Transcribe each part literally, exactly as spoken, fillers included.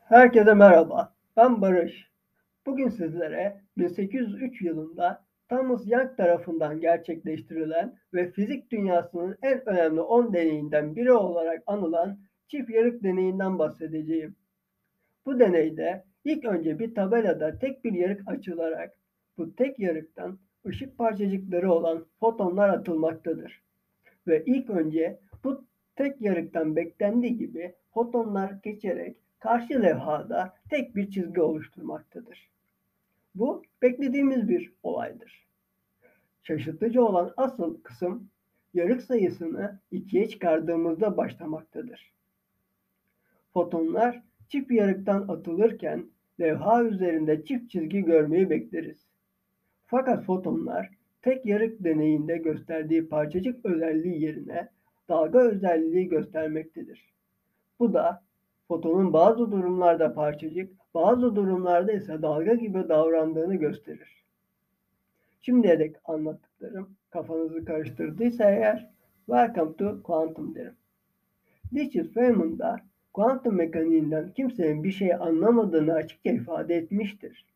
Herkese merhaba, ben Barış. Bugün sizlere bin sekiz yüz üç yılında Thomas Young tarafından gerçekleştirilen ve fizik dünyasının en önemli on deneyinden biri olarak anılan çift yarık deneyinden bahsedeceğim. Bu deneyde ilk önce bir tabelada tek bir yarık açılarak bu tek yarıktan ışık parçacıkları olan fotonlar atılmaktadır. Ve ilk önce bu tek yarıktan beklendiği gibi fotonlar geçerek karşı levhada tek bir çizgi oluşturmaktadır. Bu beklediğimiz bir olaydır. Şaşırtıcı olan asıl kısım yarık sayısını ikiye çıkardığımızda başlamaktadır. Fotonlar çift yarıktan atılırken levha üzerinde çift çizgi görmeyi bekleriz. Fakat fotonlar tek yarık deneyinde gösterdiği parçacık özelliği yerine dalga özelliği göstermektedir. Bu da fotonun bazı durumlarda parçacık, bazı durumlarda ise dalga gibi davrandığını gösterir. Şimdiye dek anlattıklarım kafanızı karıştırdıysa eğer, welcome to quantum derim. Richard Feynman da kuantum mekaniğinden kimsenin bir şey anlamadığını açıkça ifade etmiştir.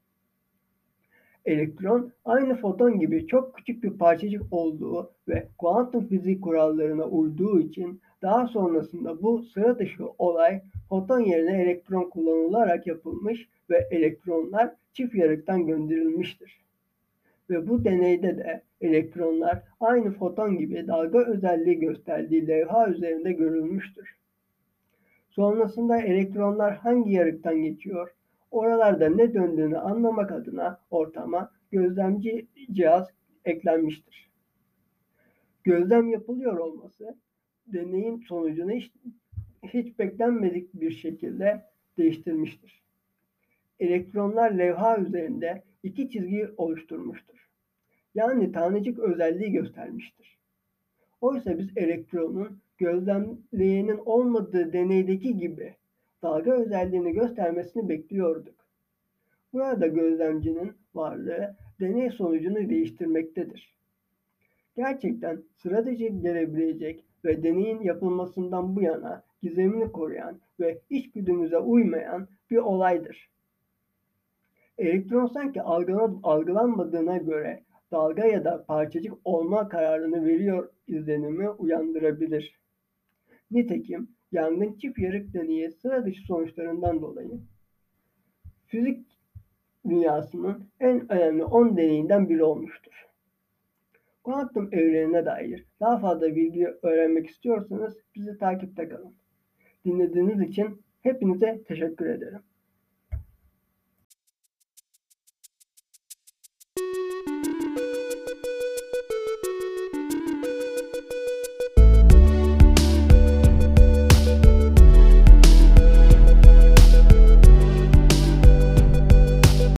Elektron aynı foton gibi çok küçük bir parçacık olduğu ve kuantum fiziği kurallarına uyduğu için daha sonrasında bu sıra dışı olay foton yerine elektron kullanılarak yapılmış ve elektronlar çift yarıktan gönderilmiştir. Ve bu deneyde de elektronlar aynı foton gibi dalga özelliği gösterdiği levha üzerinde görülmüştür. Sonrasında elektronlar hangi yarıktan geçiyor, oralarda ne döndüğünü anlamak adına ortama gözlemci cihaz eklenmiştir. Gözlem yapılıyor olması deneyin sonucunu hiç, hiç beklenmedik bir şekilde değiştirmiştir. Elektronlar levha üzerinde iki çizgi oluşturmuştur. Yani tanecik özelliği göstermiştir. Oysa biz elektronun gözlemleyenin olmadığı deneydeki gibi dalga özelliğini göstermesini bekliyorduk. Burada gözlemcinin varlığı deney sonucunu değiştirmektedir. Gerçekten sıra dışı gelebilecek ve deneyin yapılmasından bu yana gizemini koruyan ve içgüdümüze uymayan bir olaydır. Elektron sanki algılanmadığına göre dalga ya da parçacık olma kararını veriyor izlenimi uyandırabilir. Nitekim yangın çift yarık deneyi sıra dışı sonuçlarından dolayı fizik dünyasının en önemli on deneyinden biri olmuştur. Kuantum evrenine dair daha fazla bilgi öğrenmek istiyorsanız bizi takipte kalın. Dinlediğiniz için hepinize teşekkür ederim.